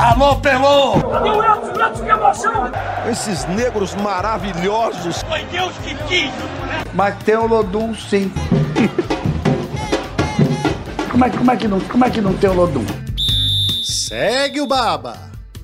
Alô, Pelô! Cadê o Edson? Que emoção! Esses negros maravilhosos. Foi Deus que quis, né? Mas tem o Lodum, sim. Como é que não tem o Lodum? Segue o Baba!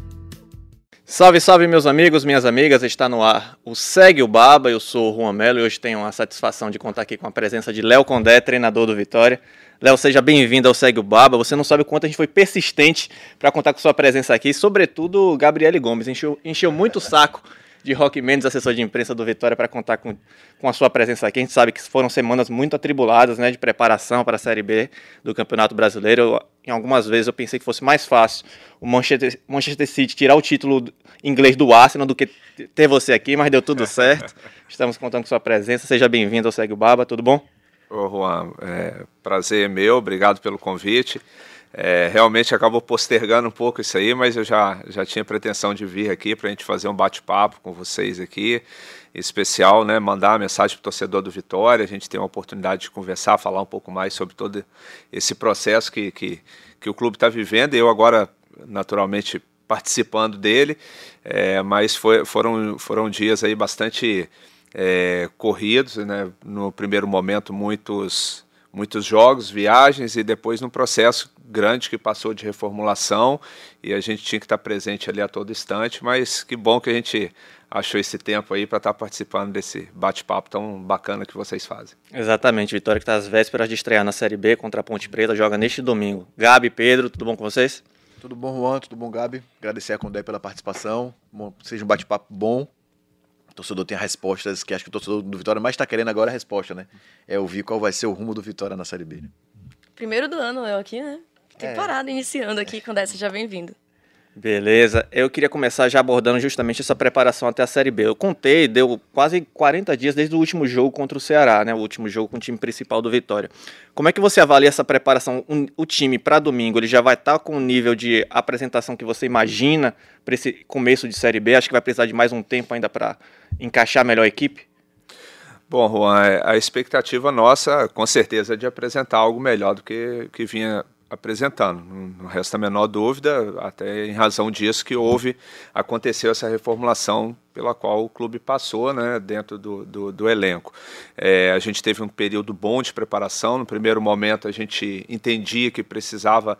Salve, salve meus amigos, minhas amigas, está no ar o Segue o Baba, eu sou o Juan Melo e hoje tenho a satisfação de contar aqui com a presença de Léo Condé, treinador do Vitória. Léo, seja bem-vindo ao Segue o Baba, você não sabe o quanto a gente foi persistente para contar com sua presença aqui, sobretudo o Gabriele Gomes, encheu muito o saco de Roque Mendes, assessor de imprensa do Vitória, para contar com a sua presença aqui. A gente sabe que foram semanas muito atribuladas, né, de preparação para a Série B do Campeonato Brasileiro. Em algumas vezes eu pensei que fosse mais fácil o Manchester City tirar o título inglês do Arsenal do que ter você aqui, mas deu tudo certo. Estamos contando com sua presença. Seja bem-vindo ao Segue o Baba, tudo bom? Ô Juan, prazer é meu, obrigado pelo convite. Realmente acabou postergando um pouco isso aí, mas eu já tinha pretensão de vir aqui para a gente fazer um bate-papo com vocês aqui, em especial, né, mandar uma mensagem para o torcedor do Vitória, a gente tem uma oportunidade de conversar, falar um pouco mais sobre todo esse processo que o clube está vivendo, e eu agora, naturalmente, participando dele, mas foram dias aí bastante corridos, né, no primeiro momento muitos jogos, viagens, e depois num processo grande que passou de reformulação, e a gente tinha que estar presente ali a todo instante, mas que bom que a gente achou esse tempo aí para estar participando desse bate-papo tão bacana que vocês fazem. Exatamente, Vitória que está às vésperas de estrear na Série B contra a Ponte Preta, joga neste domingo. Gabi, Pedro, tudo bom com vocês? Tudo bom, Juan, tudo bom, Gabi? Agradecer a Condé pela participação, seja um bate-papo bom. O torcedor tem respostas que acho que o torcedor do Vitória mais está querendo agora a resposta, né? É ouvir qual vai ser o rumo do Vitória na Série B. Primeiro do ano, eu aqui, né? Temporada iniciando aqui, Condé, seja bem-vindo. Beleza, eu queria começar já abordando justamente essa preparação até a Série B. Eu contei, deu quase 40 dias desde o último jogo contra o Ceará, né? O último jogo com o time principal do Vitória. Como é que você avalia essa preparação? O time para domingo, ele já vai estar com o nível de apresentação que você imagina para esse começo de Série B? Acho que vai precisar de mais um tempo ainda para encaixar melhor a equipe? Bom, Juan, a expectativa nossa, com certeza, é de apresentar algo melhor do que vinha apresentando, não resta a menor dúvida, até em razão disso que aconteceu essa reformulação pela qual o clube passou, né, dentro do elenco. A gente teve um período bom de preparação. No primeiro momento a gente entendia que precisava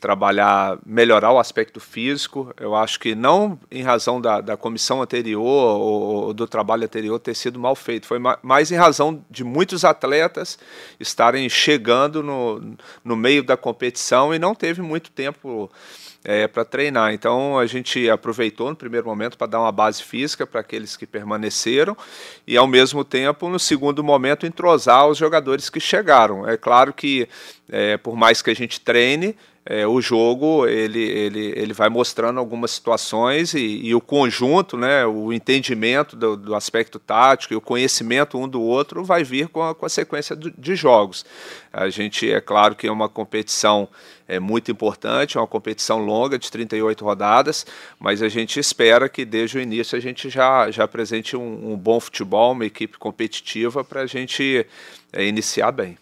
melhorar o aspecto físico. Eu acho que não em razão da comissão anterior ou do trabalho anterior ter sido mal feito, foi mais em razão de muitos atletas estarem chegando no meio da competição e não teve muito tempo para treinar. Então a gente aproveitou no primeiro momento para dar uma base física para aqueles que permaneceram e, ao mesmo tempo, no segundo momento, entrosar os jogadores que chegaram. É claro que, por mais que a gente treine, o jogo ele vai mostrando algumas situações e o conjunto, né, o entendimento do aspecto tático e o conhecimento um do outro vai vir com a sequência de jogos. A gente, é claro que é uma competição muito importante, é uma competição longa de 38 rodadas, mas a gente espera que desde o início a gente já apresente um bom futebol, uma equipe competitiva para a gente iniciar bem.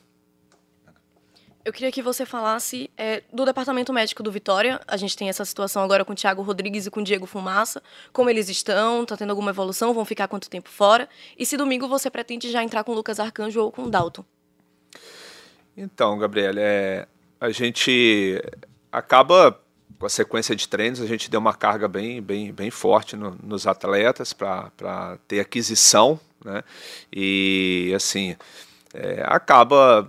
Eu queria que você falasse do departamento médico do Vitória. A gente tem essa situação agora com o Thiago Rodrigues e com o Diego Fumaça. Como eles estão? Está tendo alguma evolução? Vão ficar quanto tempo fora? E se domingo você pretende já entrar com o Lucas Arcanjo ou com o Dalton? Então, Gabriel, a gente acaba com a sequência de treinos, a gente deu uma carga bem forte nos atletas para ter aquisição, né? E, assim, acaba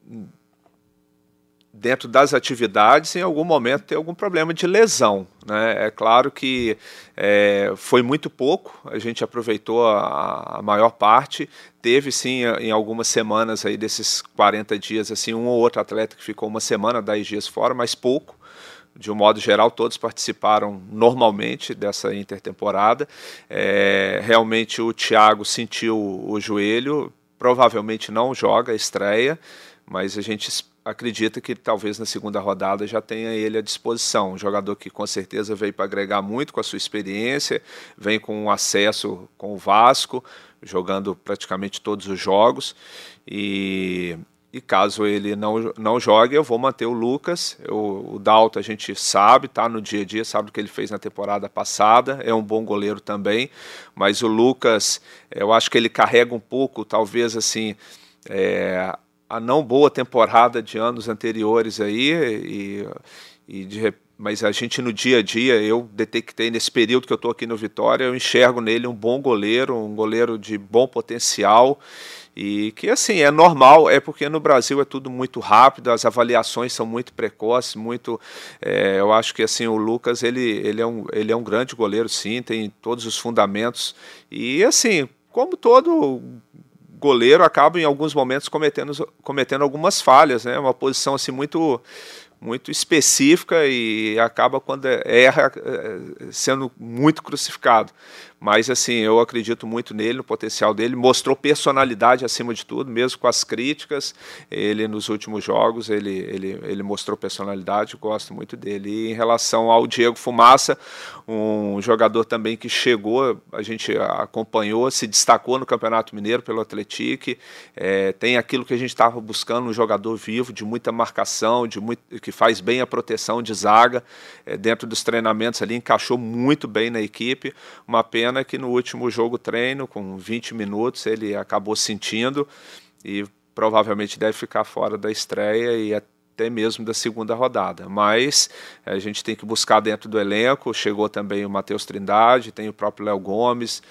dentro das atividades, em algum momento ter algum problema de lesão, né? É claro que foi muito pouco, a gente aproveitou a maior parte, teve sim em algumas semanas aí desses 40 dias, assim, um ou outro atleta que ficou uma semana, 10 dias fora, mas pouco. De um modo geral, todos participaram normalmente dessa intertemporada. Realmente o Thiago sentiu o joelho, provavelmente não joga, estreia, mas a gente acredita que talvez na segunda rodada já tenha ele à disposição. Um jogador que com certeza veio para agregar muito com a sua experiência, vem com um acesso com o Vasco, jogando praticamente todos os jogos, e E caso ele não jogue, eu vou manter o Lucas. O Dalton a gente sabe, tá no dia a dia, sabe o que ele fez na temporada passada, é um bom goleiro também, mas o Lucas, eu acho que ele carrega um pouco, talvez assim, a não boa temporada de anos anteriores aí, mas a gente no dia a dia, eu detectei nesse período que eu estou aqui no Vitória, eu enxergo nele um bom goleiro, um goleiro de bom potencial, e que assim, é normal, é porque no Brasil é tudo muito rápido, as avaliações são muito precoces, eu acho que assim, o Lucas ele é um grande goleiro sim, tem todos os fundamentos, e assim, como todo goleiro acaba em alguns momentos cometendo algumas falhas, né? Uma posição assim muito específica e acaba quando erra sendo muito crucificado. Mas assim, eu acredito muito nele, no potencial dele, mostrou personalidade acima de tudo, mesmo com as críticas, ele nos últimos jogos, ele mostrou personalidade, gosto muito dele. E em relação ao Diego Fumaça, um jogador também que chegou, a gente acompanhou, se destacou no Campeonato Mineiro pelo Atlético, tem aquilo que a gente estava buscando, um jogador vivo, de muita marcação, que faz bem a proteção de zaga, dentro dos treinamentos ali, encaixou muito bem na equipe, uma pena que no último jogo treino, com 20 minutos, ele acabou sentindo e provavelmente deve ficar fora da estreia e até mesmo da segunda rodada. Mas a gente tem que buscar dentro do elenco, chegou também o Matheus Trindade, tem o próprio Léo Gomes,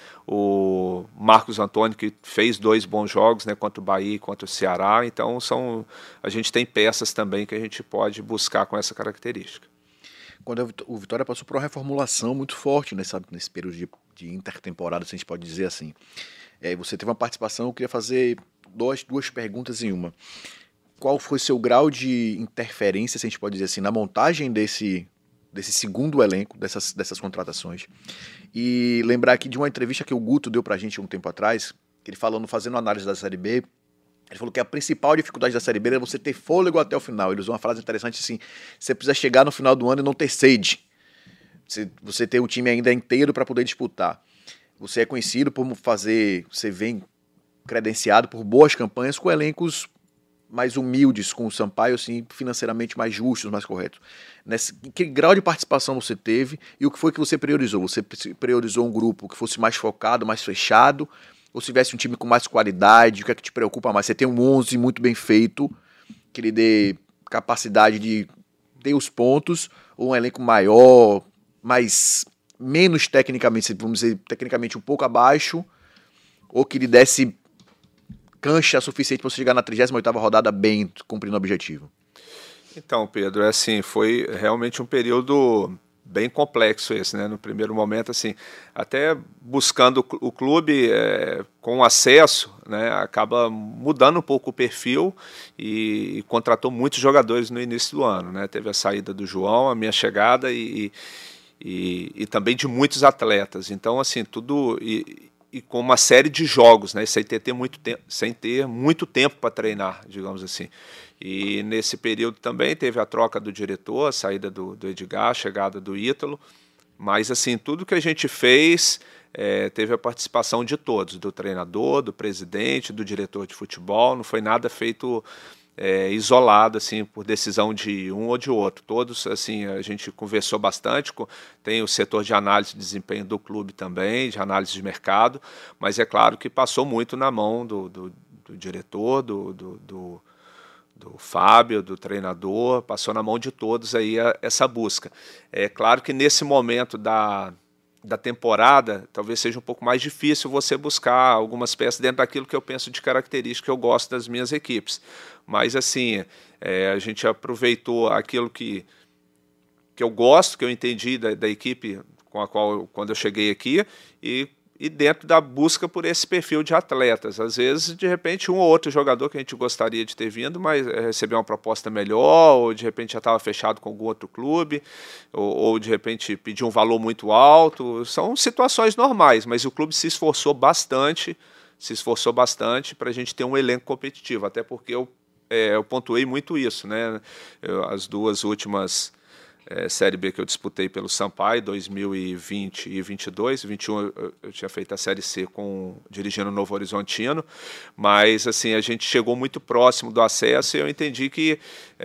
o Marcos Antônio, que fez 2 bons jogos, né, contra o Bahia e contra o Ceará, então a gente tem peças também que a gente pode buscar com essa característica. Quando o Vitória passou por uma reformulação muito forte, né, sabe, nesse período de intertemporada, se a gente pode dizer assim. Você teve uma participação, eu queria fazer duas perguntas em uma. Qual foi seu grau de interferência, se a gente pode dizer assim, na montagem desse segundo elenco, dessas contratações? E lembrar aqui de uma entrevista que o Guto deu pra gente um tempo atrás, ele fazendo análise da Série B, ele falou que a principal dificuldade da Série B era você ter fôlego até o final. Ele usou uma frase interessante assim, você precisa chegar no final do ano e não ter sede. Você ter um time ainda inteiro para poder disputar. Você é conhecido por você vem credenciado por boas campanhas com elencos mais humildes, com o Sampaio assim, financeiramente mais justos, mais corretos. Que grau de participação você teve e o que foi que você priorizou? Você priorizou um grupo que fosse mais focado, mais fechado, ou se tivesse um time com mais qualidade? O que é que te preocupa mais? Você tem um 11 muito bem feito, que lhe dê capacidade de ter os pontos, ou um elenco maior, menos tecnicamente, vamos dizer, tecnicamente um pouco abaixo, ou que lhe desse cancha suficiente para você chegar na 38ª rodada bem, cumprindo o objetivo? Então, Pedro, foi realmente um período bem complexo esse, né? No primeiro momento, assim, até buscando o clube com acesso, né, acaba mudando um pouco o perfil e contratou muitos jogadores no início do ano, né? Teve a saída do João, a minha chegada e também de muitos atletas. Então, assim, tudo e com uma série de jogos, né, sem ter muito tempo para treinar, digamos assim. E nesse período também teve a troca do diretor, a saída do Edgar, a chegada do Ítalo, mas assim, tudo que a gente fez teve a participação de todos, do treinador, do presidente, do diretor de futebol, não foi nada feito isolado assim por decisão de um ou de outro. Todos, assim, a gente conversou bastante, tem o setor de análise de desempenho do clube também, de análise de mercado, mas é claro que passou muito na mão do diretor, do Fábio, do treinador, passou na mão de todos aí essa busca. É claro que nesse momento da temporada, talvez seja um pouco mais difícil você buscar algumas peças dentro daquilo que eu penso de característica que eu gosto das minhas equipes. Mas, assim, a gente aproveitou aquilo que eu gosto, que eu entendi da equipe com a qual, quando eu cheguei aqui, e dentro da busca por esse perfil de atletas. Às vezes, de repente, um ou outro jogador que a gente gostaria de ter vindo, mas recebeu uma proposta melhor, ou de repente já estava fechado com algum outro clube, ou de repente pediu um valor muito alto. São situações normais, mas o clube se esforçou bastante para a gente ter um elenco competitivo, até porque eu pontuei muito isso, né? As duas últimas Série B que eu disputei pelo Sampaio, 2020 e 22. 21 eu tinha feito a Série C dirigindo o Novo Horizontino, mas assim, a gente chegou muito próximo do acesso e eu entendi que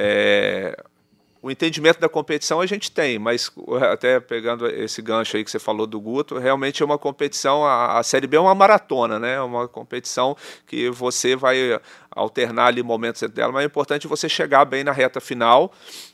o entendimento da competição a gente tem, mas até pegando esse gancho aí que você falou do Guto, realmente é uma competição, a Série B é uma maratona, né? É uma competição que você vai alternar ali momentos dentro dela, mas é importante você chegar bem na reta final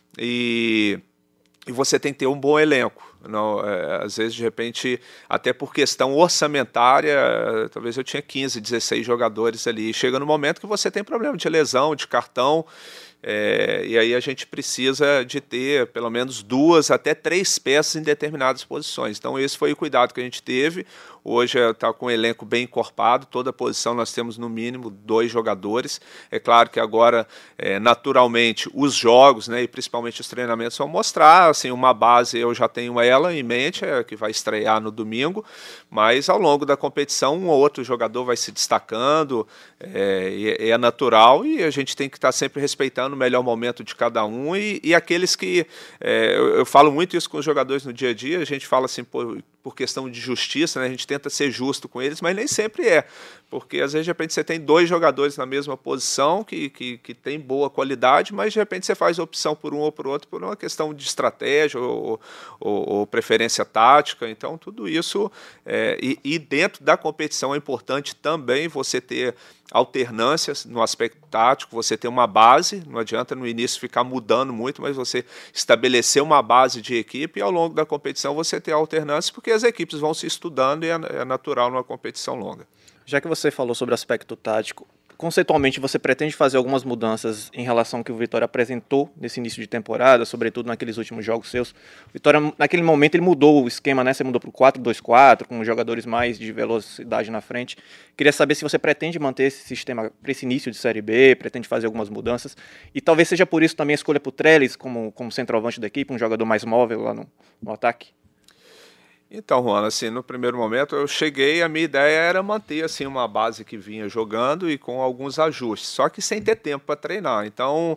e você tem que ter um bom elenco. Não, às vezes, de repente, até por questão orçamentária, talvez eu tinha 15, 16 jogadores ali. Chega no momento que você tem problema de lesão, de cartão, e aí a gente precisa de ter pelo menos 2 até 3 peças em determinadas posições. Então esse foi o cuidado que a gente teve. Hoje está com um elenco bem encorpado, toda posição nós temos no mínimo 2 jogadores. É claro que agora, naturalmente, os jogos, né, e principalmente os treinamentos vão mostrar, assim, uma base, eu já tenho ela em mente, que vai estrear no domingo, mas ao longo da competição um ou outro jogador vai se destacando, é natural e a gente tem que estar sempre respeitando o melhor momento de cada um e aqueles que, eu falo muito isso com os jogadores no dia a dia, a gente fala assim, por questão de justiça, né? A gente tenta ser justo com eles, mas nem sempre porque às vezes de repente você tem 2 jogadores na mesma posição que tem boa qualidade, mas de repente você faz opção por um ou por outro por uma questão de estratégia ou preferência tática, então tudo isso, e dentro da competição é importante também você ter alternâncias no aspecto tático, você ter uma base, não adianta no início ficar mudando muito, mas você estabelecer uma base de equipe e ao longo da competição você ter alternâncias, porque as equipes vão se estudando e é natural numa competição longa. Já que você falou sobre o aspecto tático, conceitualmente você pretende fazer algumas mudanças em relação ao que o Vitória apresentou nesse início de temporada, sobretudo naqueles últimos jogos seus? O Vitória, naquele momento, ele mudou o esquema, né? Você mudou para o 4-2-4, com jogadores mais de velocidade na frente. Queria saber se você pretende manter esse sistema para esse início de Série B, pretende fazer algumas mudanças, e talvez seja por isso também a escolha para o Trellis como centroavante da equipe, um jogador mais móvel lá no ataque. Então, Juan, assim, no primeiro momento eu cheguei, a minha ideia era manter assim, uma base que vinha jogando e com alguns ajustes, só que sem ter tempo para treinar. Então,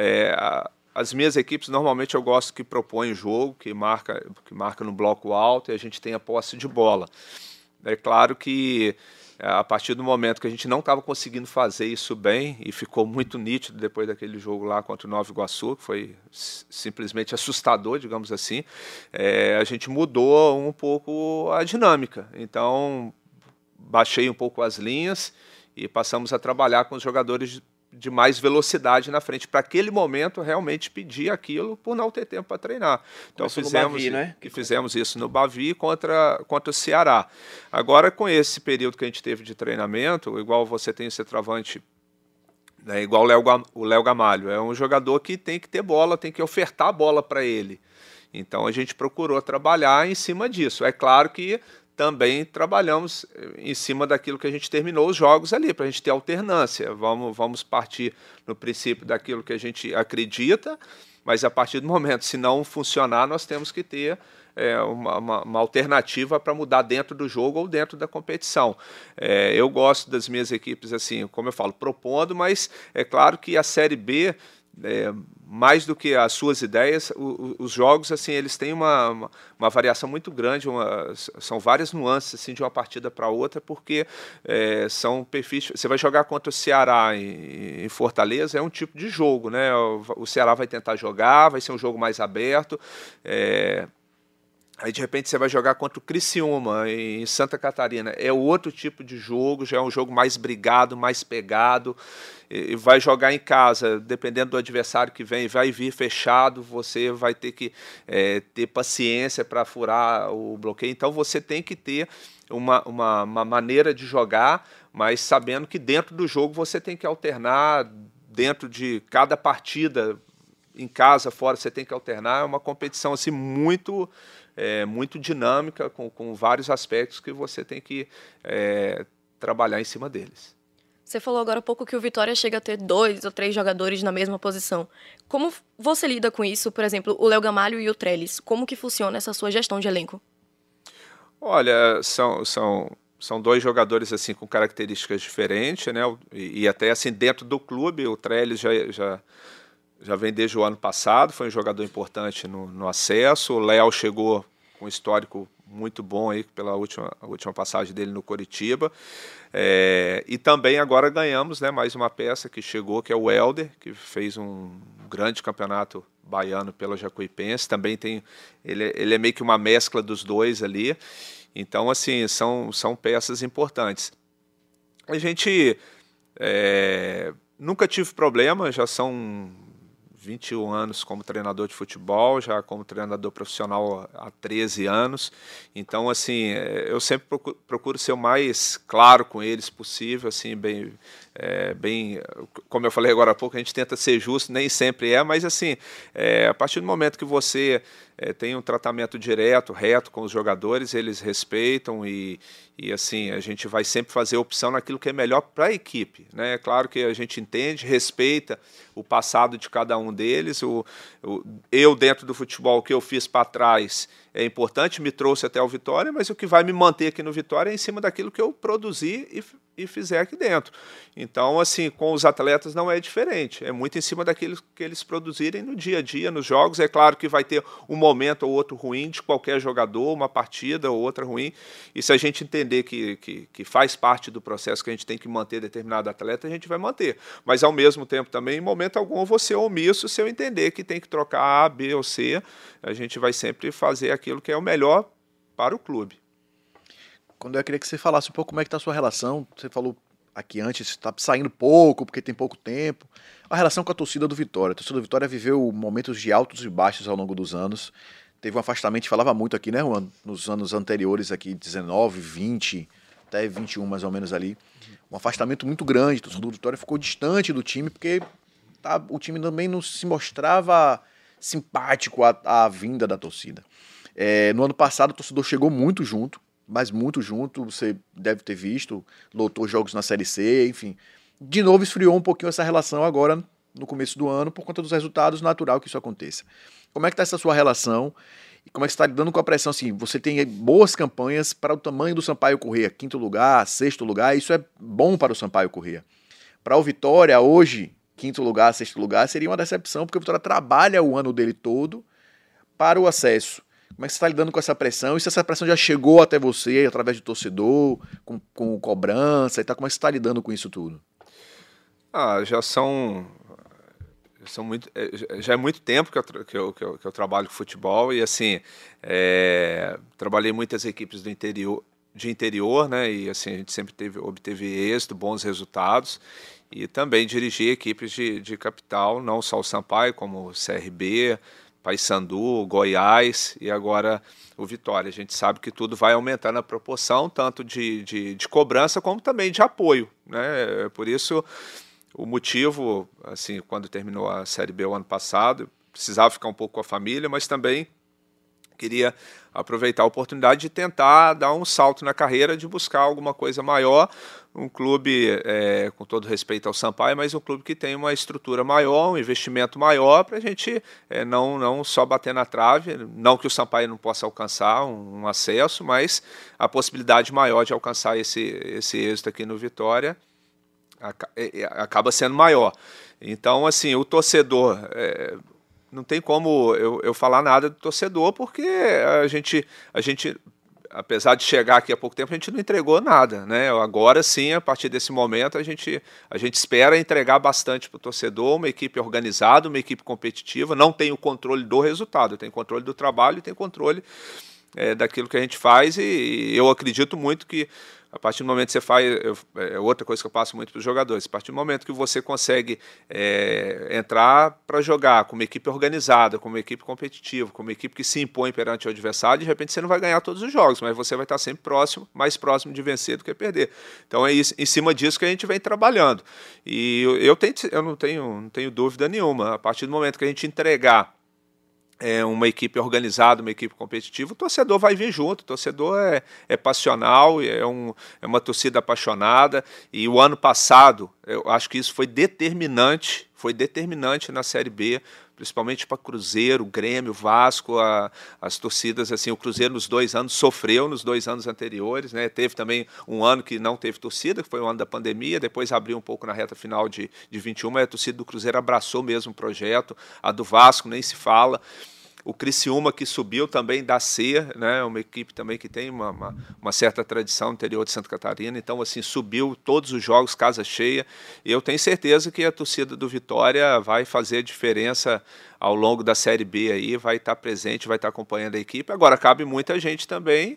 as minhas equipes, normalmente eu gosto que propõem o jogo, que marca no bloco alto e a gente tem a posse de bola. É claro que a partir do momento que a gente não estava conseguindo fazer isso bem, e ficou muito nítido depois daquele jogo lá contra o Nova Iguaçu, que foi simplesmente assustador, digamos assim, a gente mudou um pouco a dinâmica. Então, baixei um pouco as linhas e passamos a trabalhar com os jogadores de mais velocidade na frente, para aquele momento realmente pedir aquilo por não ter tempo para treinar. Então fizemos isso no Bavi contra o Ceará. Agora, com esse período que a gente teve de treinamento, igual você tem o centroavante, né, igual o Léo Gamalho, é um jogador que tem que ter bola, tem que ofertar a bola para ele. Então a gente procurou trabalhar em cima disso. É claro que também trabalhamos em cima daquilo que a gente terminou os jogos ali, para a gente ter alternância. Vamos partir no princípio daquilo que a gente acredita, mas a partir do momento, se não funcionar, nós temos que ter uma alternativa para mudar dentro do jogo ou dentro da competição. Eu gosto das minhas equipes, assim, como eu falo, propondo, mas é claro que a Série B, mais do que as suas ideias, os jogos, assim, eles têm uma variação muito grande, são várias nuances assim, de uma partida para outra, porque são perfis. Você vai jogar contra o Ceará em Fortaleza, é um tipo de jogo, né? O Ceará vai tentar jogar, vai ser um jogo mais aberto. Aí, de repente, você vai jogar contra o Criciúma, em Santa Catarina. É outro tipo de jogo, já é um jogo mais brigado, mais pegado. E vai jogar em casa, dependendo do adversário que vem, vai vir fechado, você vai ter que ter paciência para furar o bloqueio. Então, você tem que ter uma maneira de jogar, mas sabendo que dentro do jogo você tem que alternar, dentro de cada partida, em casa, fora, você tem que alternar. É uma competição assim, muito dinâmica, com vários aspectos que você tem que trabalhar em cima deles. Você falou agora há pouco que o Vitória chega a ter 2 ou 3 jogadores na mesma posição. Como você lida com isso? Por exemplo, o Léo Gamalho e o Trellis. Como que funciona essa sua gestão de elenco? Olha, são 2 jogadores assim, com características diferentes, né? E até assim, dentro do clube, o Trellis já vem desde o ano passado, foi um jogador importante no acesso. O Léo chegou com um histórico muito bom aí pela última passagem dele no Coritiba. E também agora ganhamos, né, mais uma peça que chegou, que é o Helder, que fez um grande campeonato baiano pela Jacuipense. Também ele é meio que uma mescla dos dois ali. Então, assim, são peças importantes. A gente nunca tive problema, já são 21 anos como treinador de futebol, já como treinador profissional há 13 anos. Então, assim, eu sempre procuro ser o mais claro com eles possível, assim, bem, como eu falei agora há pouco, a gente tenta ser justo, nem sempre mas, assim, a partir do momento que você tem um tratamento direto, reto com os jogadores, eles respeitam e assim, a gente vai sempre fazer opção naquilo que é melhor para a equipe, né? É claro que a gente entende, respeita o passado de cada um deles. Eu, dentro do futebol, o que eu fiz para trás é importante, me trouxe até o Vitória, mas o que vai me manter aqui no Vitória é em cima daquilo que eu produzi e fizer aqui dentro. Então, assim, com os atletas não é diferente, é muito em cima daquilo que eles produzirem no dia a dia, nos jogos. É claro que vai ter um momento ou outro ruim de qualquer jogador, uma partida ou outra ruim, e se a gente entender que faz parte do processo que a gente tem que manter determinado atleta, a gente vai manter. Mas, ao mesmo tempo, também, em momento algum, eu vou ser omisso se eu entender que tem que trocar A, B ou C. A gente vai sempre fazer aquilo que é o melhor para o clube. Quando eu queria que você falasse um pouco como é que está a sua relação, você falou aqui antes, está saindo pouco, porque tem pouco tempo, a relação com a torcida do Vitória. A torcida do Vitória viveu momentos de altos e baixos ao longo dos anos, teve um afastamento, falava muito aqui, né, Juan, nos anos anteriores aqui, 19, 20, até 21 mais ou menos ali, um afastamento muito grande, o torcedor do Vitória ficou distante do time, porque o time também não se mostrava simpático à vinda da torcida. No ano passado o torcedor chegou muito junto, mas muito junto, você deve ter visto, lotou jogos na Série C, enfim. De novo esfriou um pouquinho essa relação agora, no começo do ano, por conta dos resultados, natural que isso aconteça. Como é que está essa sua relação? E como é que você está lidando com a pressão? Assim, você tem boas campanhas para o tamanho do Sampaio Corrêa, 5º lugar, 6º lugar, isso é bom para o Sampaio Corrêa. Para o Vitória, hoje, 5º lugar, 6º lugar, seria uma decepção, porque o Vitória trabalha o ano dele todo para o acesso. Como é que você está lidando com essa pressão? E se essa pressão já chegou até você, através do torcedor, com cobrança e tal, como é que você está lidando com isso tudo? Já é muito tempo que eu trabalho com futebol e, assim, trabalhei muitas equipes de interior, né? E, assim, a gente sempre obteve êxito, bons resultados. E também dirigi equipes de capital, não só o Sampaio, como o CRB, Paysandu, Goiás e agora o Vitória. A gente sabe que tudo vai aumentando a proporção, tanto de cobrança como também de apoio, né? Por isso, o motivo, assim, quando terminou a Série B o ano passado, precisava ficar um pouco com a família, mas também queria aproveitar a oportunidade de tentar dar um salto na carreira, de buscar alguma coisa maior, um clube, com todo respeito ao Sampaio, mas um clube que tem uma estrutura maior, um investimento maior, para a gente não só bater na trave, não que o Sampaio não possa alcançar um acesso, mas a possibilidade maior de alcançar esse êxito aqui no Vitória acaba sendo maior. Então, assim, o torcedor... não tem como eu falar nada do torcedor, porque a gente, apesar de chegar aqui há pouco tempo, a gente não entregou nada, né? Agora sim, a partir desse momento, a gente espera entregar bastante para o torcedor, uma equipe organizada, uma equipe competitiva. Não tem o controle do resultado, tem controle do trabalho, tem controle daquilo que a gente faz, e eu acredito muito que a partir do momento que você faz, outra coisa que eu passo muito para os jogadores, a partir do momento que você consegue entrar para jogar com uma equipe organizada, com uma equipe competitiva, com uma equipe que se impõe perante o adversário, de repente você não vai ganhar todos os jogos, mas você vai estar sempre mais próximo de vencer do que perder. Então é isso, em cima disso que a gente vem trabalhando. E eu não tenho dúvida nenhuma, a partir do momento que a gente entregar uma equipe organizada, uma equipe competitiva, o torcedor vai vir junto, o torcedor é passional, é uma torcida apaixonada, e o ano passado, eu acho que isso foi determinante na Série B, principalmente para Cruzeiro, Grêmio, Vasco, as torcidas, assim, o Cruzeiro nos 2 anos sofreu nos 2 anos anteriores, né? Teve também um ano que não teve torcida, que foi o ano da pandemia, depois abriu um pouco na reta final de 21, mas a torcida do Cruzeiro abraçou mesmo o projeto, a do Vasco nem se fala. O Criciúma, que subiu também da C, né, uma equipe também que tem uma certa tradição no interior de Santa Catarina, então assim, subiu todos os jogos, casa cheia, e eu tenho certeza que a torcida do Vitória vai fazer diferença ao longo da Série B aí, vai estar presente, vai estar acompanhando a equipe. Agora, cabe muita gente também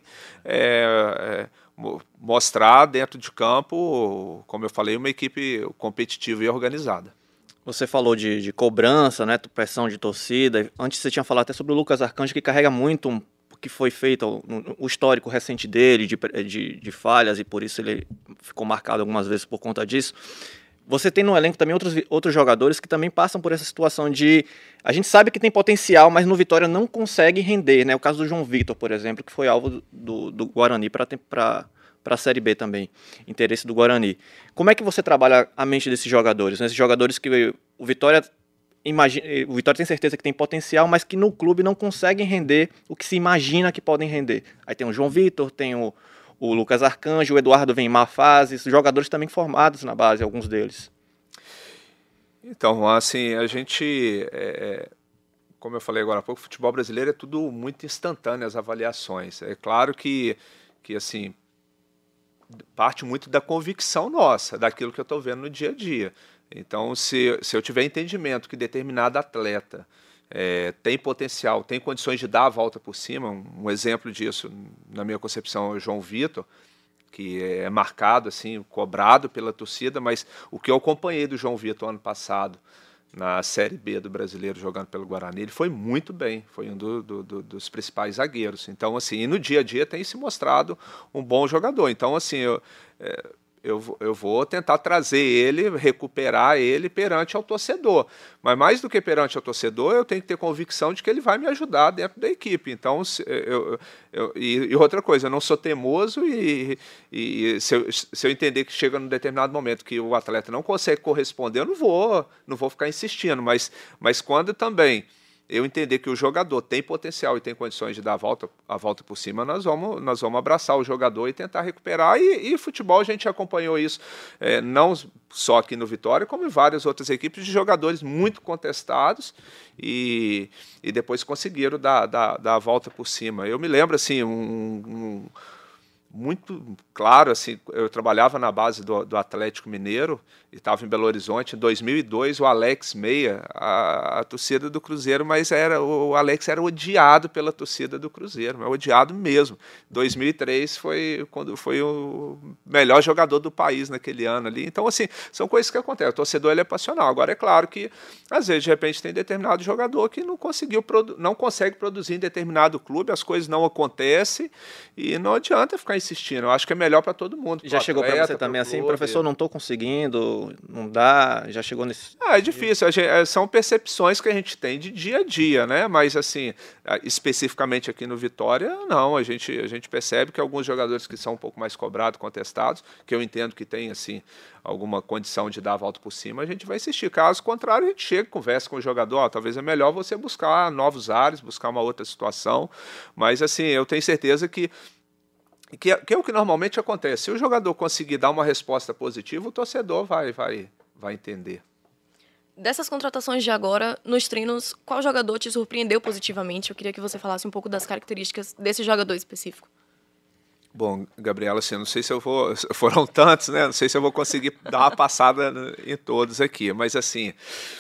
mostrar dentro de campo, como eu falei, uma equipe competitiva e organizada. Você falou de cobrança, né, pressão de torcida. Antes você tinha falado até sobre o Lucas Arcanjo, que carrega muito o que foi feito, o histórico recente dele, de falhas, e por isso ele ficou marcado algumas vezes por conta disso. Você tem no elenco também outros jogadores que também passam por essa situação de... A gente sabe que tem potencial, mas no Vitória não consegue render, né? O caso do João Vitor, por exemplo, que foi alvo do Guarani para a Série B também, interesse do Guarani. Como é que você trabalha a mente desses jogadores? Né? Esses jogadores que o Vitória tem certeza que tem potencial, mas que no clube não conseguem render o que se imagina que podem render. Aí tem o João Vitor, tem o Lucas Arcanjo, o Eduardo vem em má fase, jogadores também formados na base, alguns deles. Então, assim, a gente... como eu falei agora há pouco, o futebol brasileiro é tudo muito instantâneo, as avaliações. É claro que assim... parte muito da convicção nossa, daquilo que eu estou vendo no dia a dia. Então, se eu tiver entendimento que determinado atleta tem potencial, tem condições de dar a volta por cima, um exemplo disso, na minha concepção, é o João Vitor, que é marcado, assim, cobrado pela torcida, mas o que eu acompanhei do João Vitor ano passado, na Série B do Brasileiro, jogando pelo Guarani, ele foi muito bem, foi um dos principais zagueiros. Então, assim, e no dia a dia tem se mostrado um bom jogador. Então, assim, eu vou tentar trazer ele, recuperar ele perante ao torcedor. Mas mais do que perante ao torcedor, eu tenho que ter convicção de que ele vai me ajudar dentro da equipe. Então, e outra coisa, eu não sou teimoso e se eu entender que chega num determinado momento que o atleta não consegue corresponder, eu não vou ficar insistindo. Mas quando também eu entender que o jogador tem potencial e tem condições de dar a volta por cima, nós vamos abraçar o jogador e tentar recuperar. E futebol, a gente acompanhou isso, não só aqui no Vitória, como em várias outras equipes, de jogadores muito contestados e depois conseguiram dar a volta por cima. Eu me lembro, assim, muito claro, assim, eu trabalhava na base do Atlético Mineiro e estava em Belo Horizonte em 2002, o Alex Meia, a torcida do Cruzeiro, mas o Alex era odiado pela torcida do Cruzeiro, mas odiado mesmo. 2003 foi quando foi o melhor jogador do país naquele ano ali. Então, assim, são coisas que acontecem. O torcedor, ele é passional. Agora, é claro que às vezes, de repente, tem determinado jogador que não consegue produzir em determinado clube, as coisas não acontecem e não adianta ficar insistindo. Eu acho que é melhor para todo mundo. Já chegou para você também assim, professor, não estou conseguindo, não dá, já chegou nesse... É difícil, são percepções que a gente tem de dia a dia, né? Mas, assim, especificamente aqui no Vitória, não, a gente percebe que alguns jogadores que são um pouco mais cobrados, contestados, que eu entendo que tem, assim, alguma condição de dar a volta por cima, a gente vai insistir. Caso contrário, a gente chega, conversa com o jogador, talvez é melhor você buscar novos ares, buscar uma outra situação, mas, assim, eu tenho certeza que é o que normalmente acontece. Se o jogador conseguir dar uma resposta positiva, o torcedor vai entender. Dessas contratações de agora, nos treinos, qual jogador te surpreendeu positivamente? Eu queria que você falasse um pouco das características desse jogador específico. Bom, Gabriela, assim, não sei se foram tantos, né? Não sei se eu vou conseguir dar uma passada em todos aqui, mas, assim,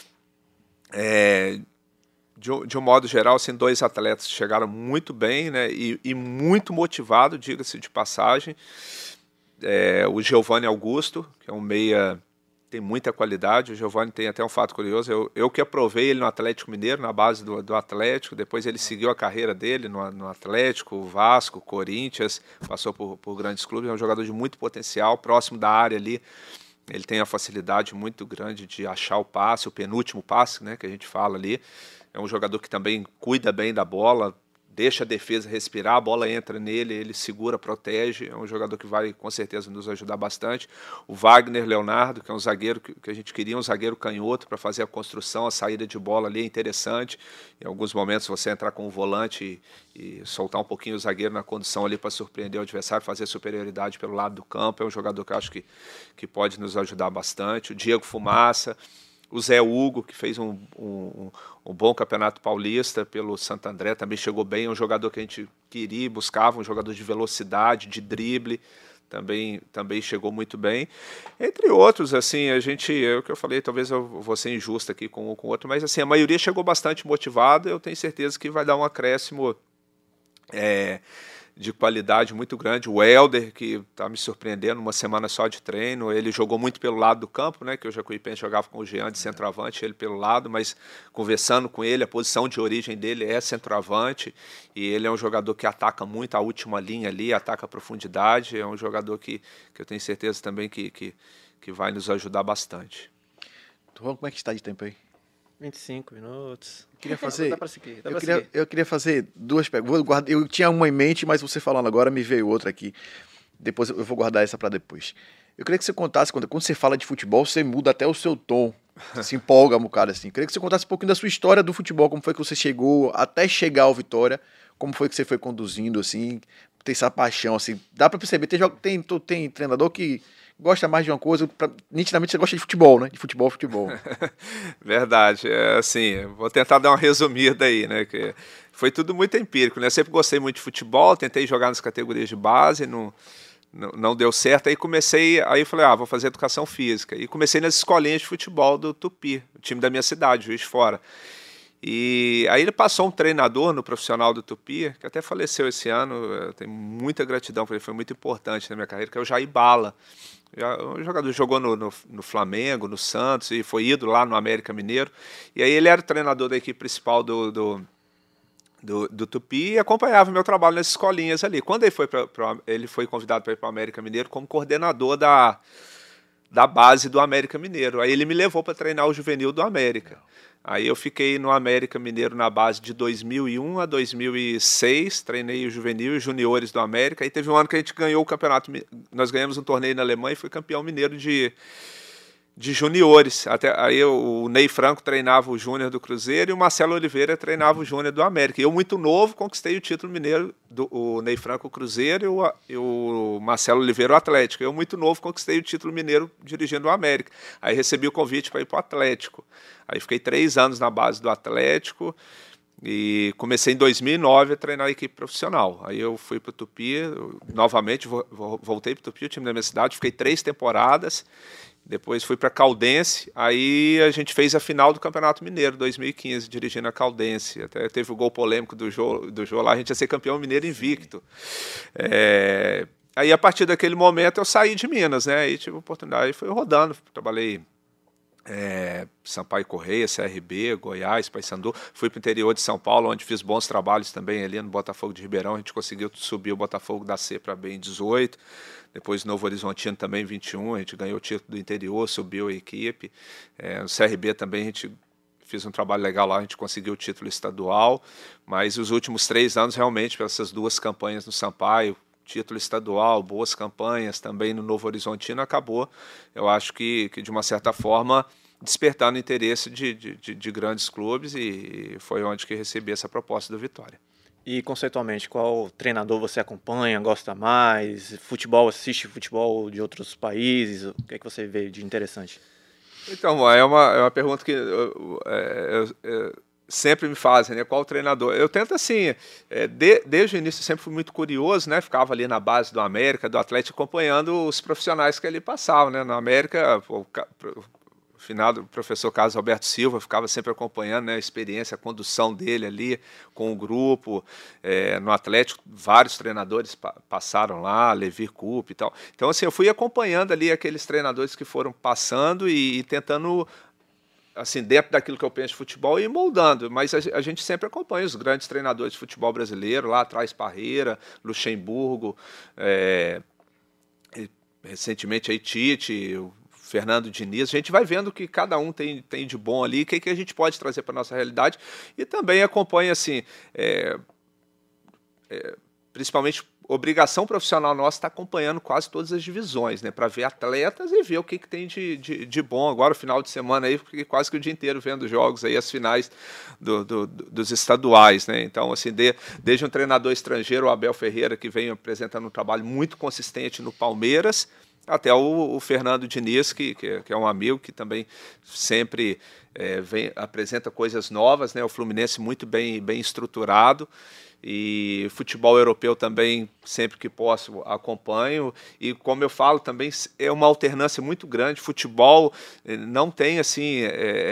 de um modo geral, assim, 2 atletas chegaram muito bem, né, e muito motivado, diga-se de passagem. O Giovanni Augusto, que é um meia, tem muita qualidade. O Giovanni tem até um fato curioso, eu que aprovei ele no Atlético Mineiro, na base do Atlético, depois ele seguiu a carreira dele no Atlético, Vasco, Corinthians, passou por grandes clubes, é um jogador de muito potencial, próximo da área ali. Ele tem a facilidade muito grande de achar o passe, o penúltimo passe, né, que a gente fala ali. É um jogador que também cuida bem da bola, deixa a defesa respirar, a bola entra nele, ele segura, protege, é um jogador que vai com certeza nos ajudar bastante. O Wagner Leonardo, que é um zagueiro que a gente queria, um zagueiro canhoto para fazer a construção, a saída de bola ali é interessante. Em alguns momentos você entrar com o volante e soltar um pouquinho o zagueiro na condução ali para surpreender o adversário, fazer superioridade pelo lado do campo, é um jogador que eu acho que pode nos ajudar bastante. O Diego Fumaça, o Zé Hugo, que fez um bom campeonato paulista pelo Santo André, também chegou bem, é um jogador que a gente queria e buscava, um jogador de velocidade, de drible, também chegou muito bem. Entre outros, assim, é o que eu falei, talvez eu vou ser injusto aqui com o outro, mas assim, a maioria chegou bastante motivada, eu tenho certeza que vai dar um acréscimo de qualidade muito grande. O Helder, que está me surpreendendo, uma semana só de treino, ele jogou muito pelo lado do campo, né, que o Jacuipense jogava com o Jean de centroavante, ele pelo lado, mas conversando com ele, a posição de origem dele é centroavante, e ele é um jogador que ataca muito a última linha ali, ataca a profundidade, é um jogador que eu tenho certeza também que vai nos ajudar bastante. Como é que está de tempo aí? 25 minutos. Queria fazer, Dá pra seguir. eu queria fazer duas perguntas. Eu tinha uma em mente, mas você falando agora me veio outra aqui. Depois eu vou guardar essa para depois. Eu queria que você contasse, quando você fala de futebol, você muda até o seu tom. Se empolga um bocado assim. Eu queria que você contasse um pouquinho da sua história do futebol, como foi que você chegou até chegar ao Vitória, como foi que você foi conduzindo, assim, ter essa paixão, assim. Dá para perceber, tem treinador que gosta mais de uma coisa, nitidamente você gosta de futebol, né? De futebol. Verdade, assim, vou tentar dar uma resumida aí, né? Que foi tudo muito empírico, né? Eu sempre gostei muito de futebol, tentei jogar nas categorias de base, não deu certo, aí falei, vou fazer educação física, e comecei nas escolinhas de futebol do Tupi, o time da minha cidade, Juiz de Fora. E aí ele passou um treinador no profissional do Tupi, que até faleceu esse ano, eu tenho muita gratidão por ele, foi muito importante na minha carreira, que é o Jair Bala. O jogador jogou no Flamengo, no Santos, e foi ídolo lá no América Mineiro. E aí ele era o treinador da equipe principal do Tupi e acompanhava o meu trabalho nas escolinhas ali. Quando ele foi convidado para ir para o América Mineiro como coordenador da base do América Mineiro. Aí ele me levou para treinar o juvenil do América. Aí eu fiquei no América Mineiro na base de 2001 a 2006, treinei o juvenil e os juniores do América. Aí teve um ano que a gente ganhou o campeonato, nós ganhamos um torneio na Alemanha e fui campeão mineiro de juniores. Aí o Ney Franco treinava o júnior do Cruzeiro e o Marcelo Oliveira treinava o júnior do América. E eu, muito novo, conquistei o título mineiro, o Ney Franco o Cruzeiro e o Marcelo Oliveira o Atlético. Eu, muito novo, conquistei o título mineiro dirigindo o América. Aí recebi o convite para ir para o Atlético. Aí fiquei 3 anos na base do Atlético e comecei em 2009 a treinar a equipe profissional. Aí eu fui para o Tupi, novamente voltei para o Tupi, o time da minha cidade, fiquei 3 temporadas. Depois fui para a Caldense, aí a gente fez a final do Campeonato Mineiro 2015, dirigindo a Caldense. Até teve o gol polêmico do Jô lá, a gente ia ser campeão mineiro invicto. Aí a partir daquele momento eu saí de Minas, né? Aí tive a oportunidade, fui rodando, trabalhei Sampaio Correia, CRB, Goiás, Paysandu. Fui para o interior de São Paulo, onde fiz bons trabalhos também ali no Botafogo de Ribeirão. A gente conseguiu subir o Botafogo da C para B em 18. Depois Novo Horizontino também em 21. A gente ganhou o título do interior, subiu a equipe. No CRB também a gente fez um trabalho legal lá, a gente conseguiu o título estadual. Mas os últimos 3 anos realmente, para essas 2 campanhas no Sampaio, título estadual, boas campanhas também no Novo Horizontino, acabou, eu acho que de uma certa forma, despertando o interesse de grandes clubes, e foi onde que recebi essa proposta do Vitória. E conceitualmente, qual treinador você acompanha, gosta mais? Futebol, assiste futebol de outros países? O que é que você vê de interessante? Então, é uma pergunta que sempre me fazem, né? Qual treinador? Eu tento assim, desde o início eu sempre fui muito curioso, né? Ficava ali na base do América, do Atlético, acompanhando os profissionais que ali passavam, né? Na América, o finado professor Carlos Alberto Silva ficava sempre acompanhando, né, a experiência, a condução dele ali com o grupo. No Atlético, vários treinadores passaram lá, Levir Coupe e tal. Então, assim, eu fui acompanhando ali aqueles treinadores que foram passando e tentando, assim, dentro daquilo que eu penso de futebol, e moldando. Mas a gente sempre acompanha os grandes treinadores de futebol brasileiro, lá atrás Parreira, Luxemburgo, recentemente aí Tite, Fernando Diniz. A gente vai vendo o que cada um tem de bom ali, o que a gente pode trazer para a nossa realidade, e também acompanha, assim, principalmente obrigação profissional nossa está acompanhando quase todas as divisões, né, para ver atletas e ver o que tem de bom. Agora, o final de semana, aí, fiquei quase que o dia inteiro vendo jogos, aí, as finais dos estaduais. Né? Então, assim, desde um treinador estrangeiro, o Abel Ferreira, que vem apresentando um trabalho muito consistente no Palmeiras, até o Fernando Diniz, que é um amigo que também sempre apresenta coisas novas, né? O Fluminense muito bem estruturado. E futebol europeu também, sempre que posso, acompanho. E como eu falo, também é uma alternância muito grande. Futebol não tem assim...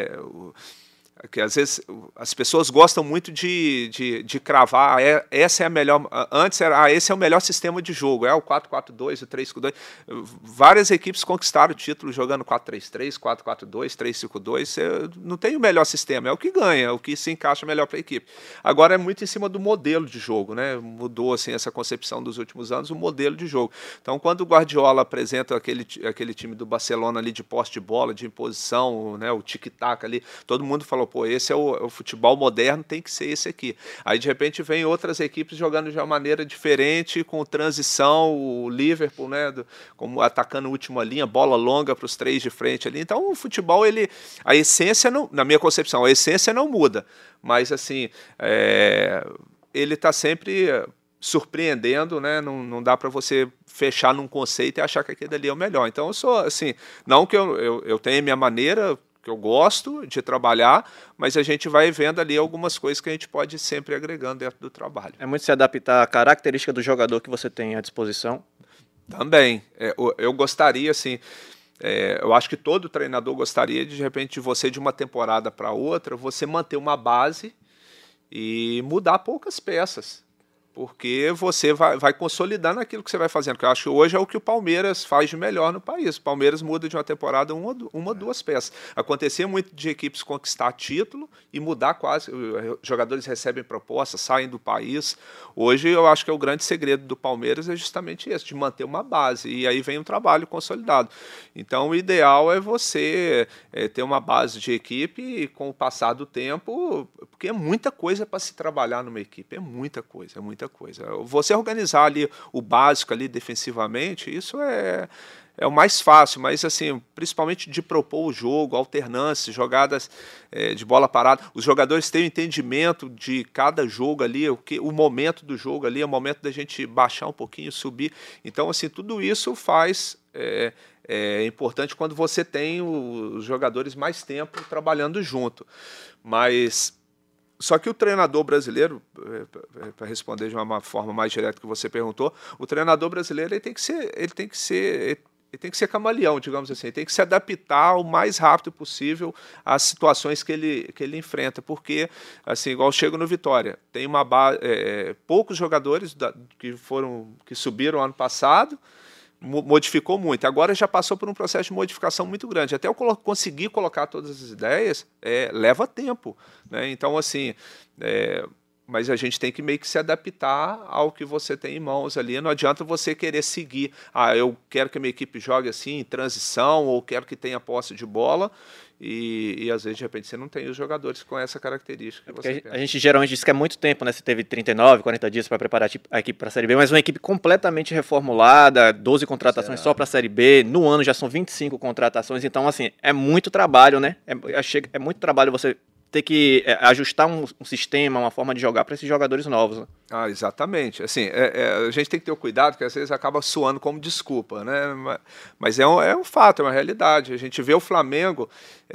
que às vezes as pessoas gostam muito de cravar, essa é a melhor, antes era, esse é o melhor sistema de jogo, o 4-4-2, o 3-5-2, várias equipes conquistaram o título jogando 4-3-3, 4-4-2, 3-5-2, não tem o melhor sistema, é o que ganha, é o que se encaixa melhor para a equipe. Agora é muito em cima do modelo de jogo, né? Mudou assim essa concepção dos últimos anos, o modelo de jogo. Então quando o Guardiola apresenta aquele time do Barcelona ali de posse de bola, de imposição, né? O tic-tac ali, todo mundo falou, pô, esse é o futebol moderno, tem que ser esse aqui. Aí, de repente, vem outras equipes jogando de uma maneira diferente, com transição, o Liverpool, né, como atacando a última linha, bola longa para os 3 de frente ali. Então, o futebol, a essência, não, na minha concepção, a essência não muda, mas, assim, ele está sempre surpreendendo, né? Não dá para você fechar num conceito e achar que aquele ali é o melhor. Então, eu sou, assim, não que eu tenha minha maneira, que eu gosto de trabalhar, mas a gente vai vendo ali algumas coisas que a gente pode ir sempre agregando dentro do trabalho. É muito se adaptar à característica do jogador que você tem à disposição? Também. Eu gostaria, assim, eu acho que todo treinador gostaria, de repente, de você, de uma temporada para outra, você manter uma base e mudar poucas peças. Porque você vai consolidando aquilo que você vai fazendo. Que eu acho que hoje é o que o Palmeiras faz de melhor no país. O Palmeiras muda de uma temporada uma duas peças. Acontecia muito de equipes conquistar título e mudar quase. Jogadores recebem propostas, saem do país. Hoje eu acho que é o grande segredo do Palmeiras é justamente esse, de manter uma base. E aí vem um trabalho consolidado. Então o ideal é você ter uma base de equipe e com o passar do tempo, porque é muita coisa para se trabalhar numa equipe. É muita coisa. Você organizar ali o básico ali defensivamente, isso é o mais fácil, mas assim, principalmente de propor o jogo, alternância, jogadas de bola parada, os jogadores têm o entendimento de cada jogo ali, o momento do jogo ali, é o momento da gente baixar um pouquinho, subir. Então, assim, tudo isso faz... É importante quando você tem os jogadores mais tempo trabalhando junto. Mas... Só que o treinador brasileiro, para responder de uma forma mais direta que você perguntou, o treinador brasileiro ele tem que ser camaleão, digamos assim, ele tem que se adaptar o mais rápido possível às situações que ele enfrenta, porque, assim, igual chego no Vitória, tem poucos jogadores que subiram ano passado, modificou muito. Agora já passou por um processo de modificação muito grande. Até eu conseguir colocar todas as ideias, leva tempo. Né? Então, assim, mas a gente tem que meio que se adaptar ao que você tem em mãos ali. Não adianta você querer seguir. Eu quero que a minha equipe jogue assim, em transição, ou quero que tenha posse de bola. E às vezes, de repente, você não tem os jogadores com essa característica. A gente geralmente diz que é muito tempo, né? Você teve 39, 40 dias para preparar a equipe para a Série B, mas uma equipe completamente reformulada, 12 contratações só para a Série B, no ano já são 25 contratações, então, assim, é muito trabalho, né? É muito trabalho você ter que ajustar um sistema, uma forma de jogar para esses jogadores novos. Né? Exatamente. Assim, a gente tem que ter o cuidado, que às vezes acaba soando como desculpa, né? Mas é um fato, é uma realidade. A gente vê o Flamengo,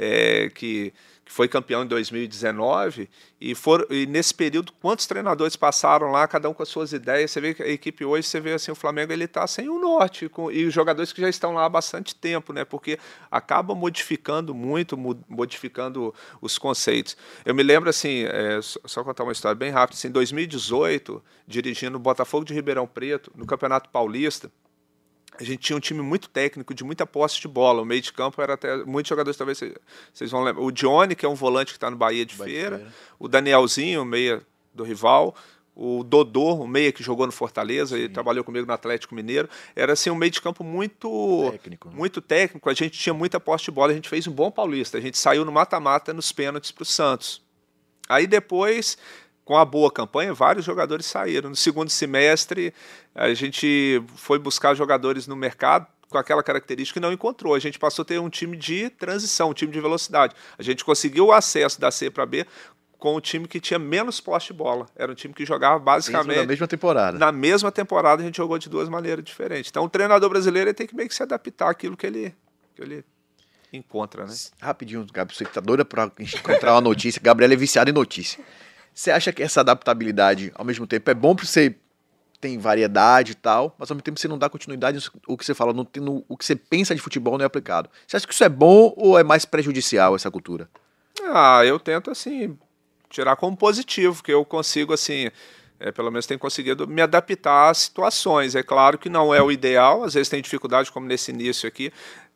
que foi campeão em 2019, e nesse período, quantos treinadores passaram lá, cada um com as suas ideias. Você vê que a equipe hoje, você vê assim, o Flamengo está sem o norte, e os jogadores que já estão lá há bastante tempo, né? Porque acaba modificando muito, modificando os conceitos. Eu me lembro, assim, só contar uma história bem rápida, assim, em 2018, dirigindo o Botafogo de Ribeirão Preto, no Campeonato Paulista, a gente tinha um time muito técnico, de muita posse de bola. O meio de campo era até... Muitos jogadores, talvez vocês vão lembrar. O Johnny, que é um volante que está no Bahia de Feira. O Danielzinho, meia do rival. O Dodô, o meia que jogou no Fortaleza. Sim. E trabalhou comigo no Atlético Mineiro. Era assim, um meio de campo muito técnico. Muito técnico. A gente tinha muita posse de bola. A gente fez um bom Paulista. A gente saiu no mata-mata nos pênaltis para o Santos. Aí depois... com a boa campanha, vários jogadores saíram. No segundo semestre, a gente foi buscar jogadores no mercado com aquela característica que não encontrou. A gente passou a ter um time de transição, um time de velocidade. A gente conseguiu o acesso da C para B com um time que tinha menos posse de bola. Era um time que jogava basicamente... Na mesma temporada. Na mesma temporada a gente jogou de duas maneiras diferentes. Então o treinador brasileiro ele tem que meio que se adaptar àquilo que ele encontra, né? Rapidinho, Gabi, você que tá doida pra encontrar uma notícia. Gabriela é viciada em notícia. Você acha que essa adaptabilidade, ao mesmo tempo, é bom pra você ter variedade e tal, mas ao mesmo tempo você não dá continuidade no que você fala, o que você pensa de futebol não é aplicado. Você acha que isso é bom ou é mais prejudicial, essa cultura? Eu tento, assim, tirar como positivo, que eu consigo, assim, pelo menos tenho conseguido me adaptar às situações. É claro que não é o ideal, às vezes tem dificuldade, como nesse início aqui,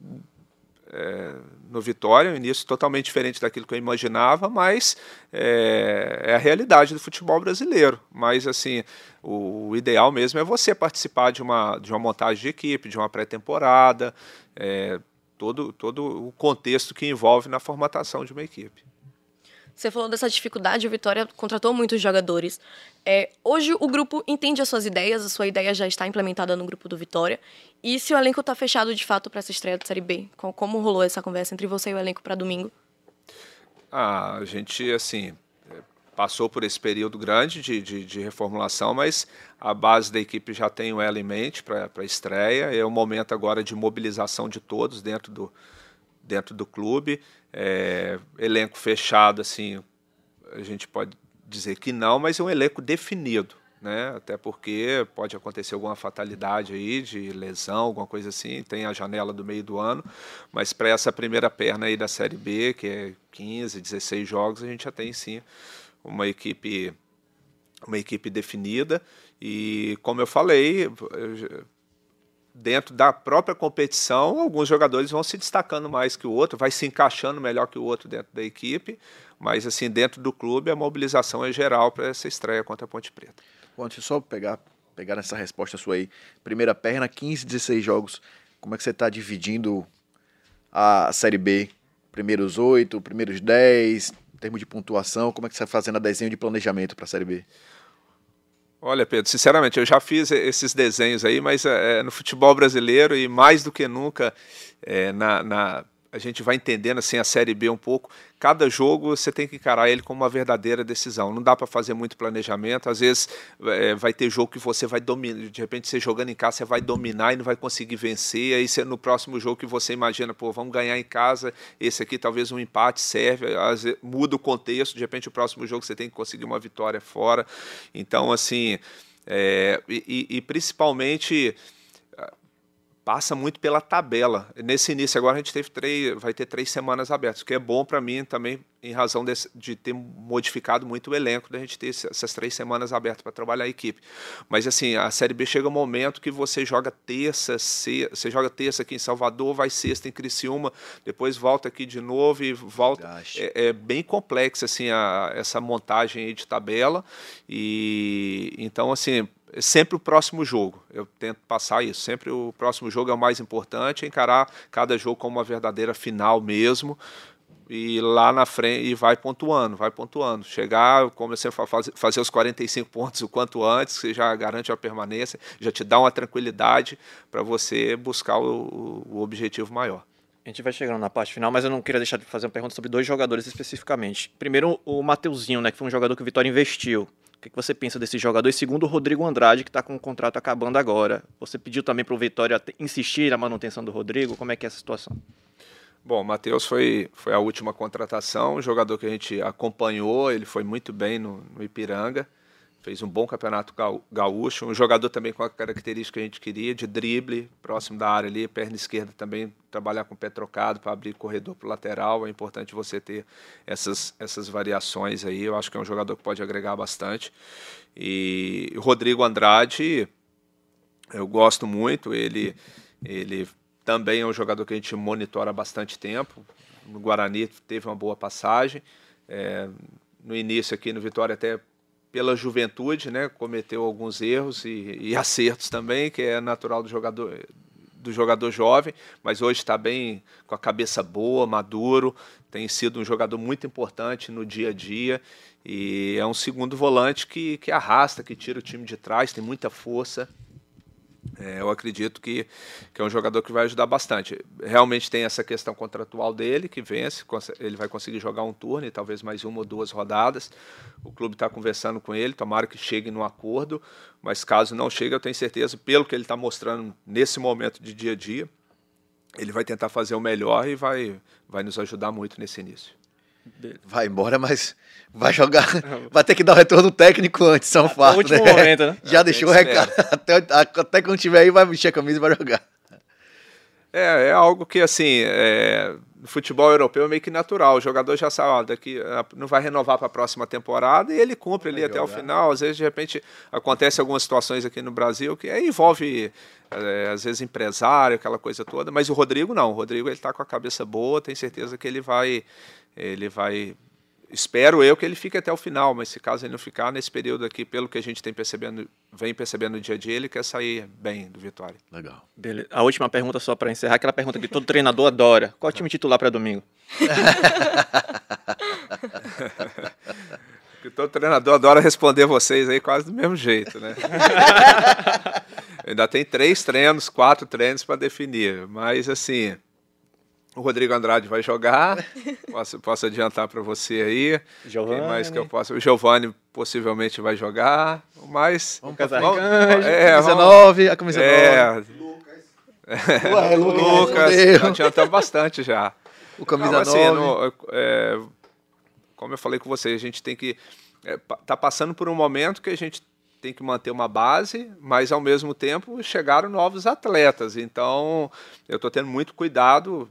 no Vitória, um início totalmente diferente daquilo que eu imaginava, mas é a realidade do futebol brasileiro. Mas assim, o ideal mesmo é você participar de uma montagem de equipe, de uma pré-temporada, todo o contexto que envolve na formatação de uma equipe. Você falou dessa dificuldade, o Vitória contratou muitos jogadores. Hoje o grupo entende as suas ideias, a sua ideia já está implementada no grupo do Vitória. E se o elenco está fechado de fato para essa estreia de Série B? Como rolou essa conversa entre você e o elenco para domingo? A gente, assim, passou por esse período grande de reformulação, mas a base da equipe já tem ela em mente para a estreia. É o momento agora de mobilização de todos dentro do clube. Elenco fechado, assim, a gente pode dizer que não, mas é um elenco definido, né? Até porque pode acontecer alguma fatalidade aí de lesão, alguma coisa assim, tem a janela do meio do ano, mas para essa primeira perna aí da Série B, que é 15, 16 jogos, a gente já tem sim uma equipe definida e, como eu falei, dentro da própria competição, alguns jogadores vão se destacando mais que o outro, vai se encaixando melhor que o outro dentro da equipe, mas assim, dentro do clube a mobilização é geral para essa estreia contra a Ponte Preta. Bom, deixa eu só pegar nessa resposta sua aí. Primeira perna, 15, 16 jogos. Como é que você está dividindo a Série B? Primeiros 8, primeiros 10, em termos de pontuação, como é que você está fazendo a desenho de planejamento para a Série B? Olha, Pedro, sinceramente, eu já fiz esses desenhos aí, mas no futebol brasileiro e mais do que nunca a gente vai entendendo assim a Série B um pouco. Cada jogo você tem que encarar ele como uma verdadeira decisão. Não dá para fazer muito planejamento. Às vezes vai ter jogo que você vai dominar. De repente, você jogando em casa, você vai dominar e não vai conseguir vencer. Aí no próximo jogo que você imagina, vamos ganhar em casa, esse aqui talvez um empate serve. Às vezes, muda o contexto. De repente, o próximo jogo você tem que conseguir uma vitória fora. Então, assim, principalmente passa muito pela tabela. Nesse início agora a gente vai ter 3 semanas abertas, o que é bom para mim também, em razão de ter modificado muito o elenco, da gente ter essas 3 semanas abertas para trabalhar a equipe. Mas assim, a Série B chega um momento que você joga terça aqui em Salvador, vai sexta em Criciúma, depois volta aqui de novo e volta. É bem complexa assim, essa montagem aí de tabela. E então, assim, sempre o próximo jogo, eu tento passar isso, sempre o próximo jogo é o mais importante, encarar cada jogo como uma verdadeira final mesmo, e lá na frente, e vai pontuando, chegar, como eu sempre falo, fazer os 45 pontos o quanto antes, que já garante a permanência, já te dá uma tranquilidade para você buscar o objetivo maior. A gente vai chegando na parte final, mas eu não queria deixar de fazer uma pergunta sobre 2 jogadores especificamente. Primeiro, o Mateuzinho, né, que foi um jogador que o Vitória investiu. O que você pensa desse jogador? E segundo, o Rodrigo Andrade, que está com o contrato acabando agora. Você pediu também para o Vitória insistir na manutenção do Rodrigo? Como é que é essa situação? Bom, o Matheus foi a última contratação, um jogador que a gente acompanhou, ele foi muito bem no Ipiranga, fez um bom campeonato gaúcho, um jogador também com a característica que a gente queria, de drible, próximo da área ali, perna esquerda também, trabalhar com o pé trocado para abrir corredor para o lateral, é importante você ter essas variações aí, eu acho que é um jogador que pode agregar bastante. E o Rodrigo Andrade, eu gosto muito, ele também é um jogador que a gente monitora há bastante tempo, no Guarani teve uma boa passagem, no início aqui no Vitória até pela juventude, né, cometeu alguns erros e acertos também, que é natural do jogador jovem, mas hoje está bem, com a cabeça boa, maduro, tem sido um jogador muito importante no dia a dia E é um segundo volante que arrasta, que tira o time de trás, tem muita força. Eu acredito que é um jogador que vai ajudar bastante. Realmente tem essa questão contratual dele, que vence, ele vai conseguir jogar um turno e talvez mais 1 ou 2 rodadas. O clube está conversando com ele, tomara que chegue num acordo, mas caso não chegue, eu tenho certeza, pelo que ele está mostrando nesse momento de dia a dia, ele vai tentar fazer o melhor e vai nos ajudar muito nesse início. Vai embora, mas vai jogar. Vai ter que dar o retorno técnico antes, são fato. No último momento, né? Já deixou o recado. Até quando tiver aí, vai vestir a camisa e vai jogar. É algo que, assim, no futebol europeu é meio que natural. O jogador já sabe, daqui não vai renovar para a próxima temporada e ele cumpre ali até o final. Às vezes, de repente, acontece algumas situações aqui no Brasil que envolve, às vezes, empresário, aquela coisa toda. Mas o Rodrigo não. O Rodrigo ele está com a cabeça boa, tenho certeza que ele vai... Espero eu que ele fique até o final, mas se caso ele não ficar, nesse período aqui, pelo que a gente vem percebendo no dia a dia, ele quer sair bem do Vitória. Legal. Beleza. A última pergunta, só para encerrar, aquela pergunta que todo treinador adora. Qual é o time titular para domingo? Que todo treinador adora responder vocês aí quase do mesmo jeito, né? Ainda tem 3 treinos, 4 treinos para definir, mas assim... O Rodrigo Andrade vai jogar, posso adiantar para você aí. Giovani. Quem mais que eu posso? O Giovani possivelmente vai jogar, mas... Vamos para Vamos- camisa 9, a camisa 9. Lucas, Deus. adiantamos bastante já. O camisa Não, assim, 9. como eu falei com você, a gente tem que... tá passando por um momento que a gente tem que manter uma base, mas ao mesmo tempo chegaram novos atletas. Então, eu estou tendo muito cuidado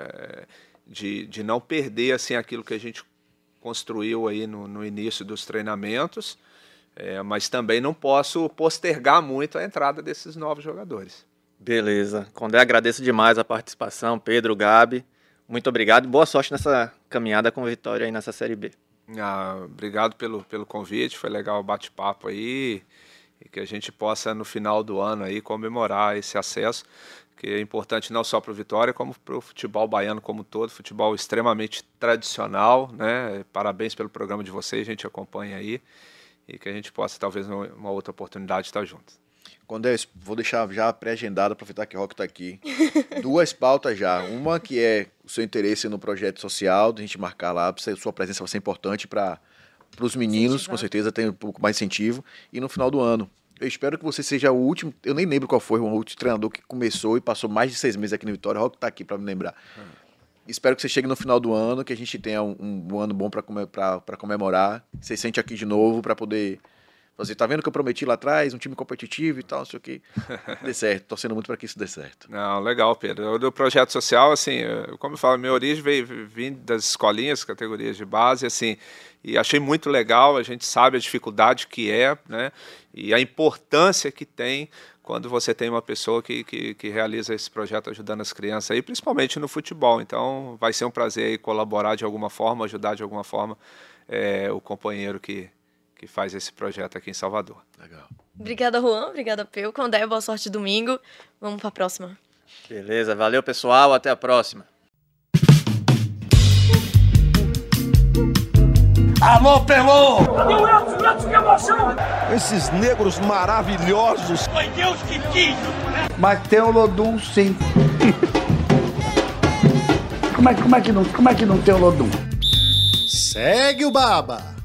de não perder assim, aquilo que a gente construiu aí no início dos treinamentos, mas também não posso postergar muito a entrada desses novos jogadores. Beleza. Condé, agradeço demais a participação. Pedro, Gabi, muito obrigado. Boa sorte nessa caminhada com Vitória aí nessa Série B. Obrigado pelo convite, foi legal o bate-papo aí, e que a gente possa no final do ano aí comemorar esse acesso, que é importante não só para o Vitória, como para o futebol baiano como um todo, futebol extremamente tradicional, né? Parabéns pelo programa de vocês, a gente acompanha aí, e que a gente possa talvez numa outra oportunidade estar juntos. Condé, vou deixar já pré-agendado, aproveitar que o Rock está aqui. 2 pautas já. Uma que é o seu interesse no projeto social, de a gente marcar lá, sua presença vai ser importante para os meninos, com certeza tem um pouco mais de incentivo. E no final do ano. Eu espero que você seja o último, eu nem lembro qual foi o último treinador que começou e passou mais de 6 meses aqui no Vitória. O Rock está aqui para me lembrar. Espero que você chegue no final do ano, que a gente tenha um ano bom para comemorar. Você sente aqui de novo para poder... Você tá vendo que eu prometi lá atrás, um time competitivo e tal, não sei o que. Dê certo, torcendo muito para que isso dê certo. Não, legal, Pedro. Do projeto social, assim, como eu falo, minha origem vem das escolinhas, categorias de base, assim, e achei muito legal, a gente sabe a dificuldade que é, né, e a importância que tem quando você tem uma pessoa que realiza esse projeto ajudando as crianças aí, principalmente no futebol. Então, vai ser um prazer aí colaborar de alguma forma, ajudar de alguma forma o companheiro que faz esse projeto aqui em Salvador. Legal. Obrigada, Juan. Obrigada, Peu. Condé, boa sorte domingo. Vamos para a próxima. Beleza, valeu pessoal, até a próxima. Alô, Pelô! Cadê o Edson? Que emoção! Esses negros maravilhosos. Foi Deus que quis, né? Mas tem o Lodum, sim. Como é que não tem o Lodum? Segue o Baba!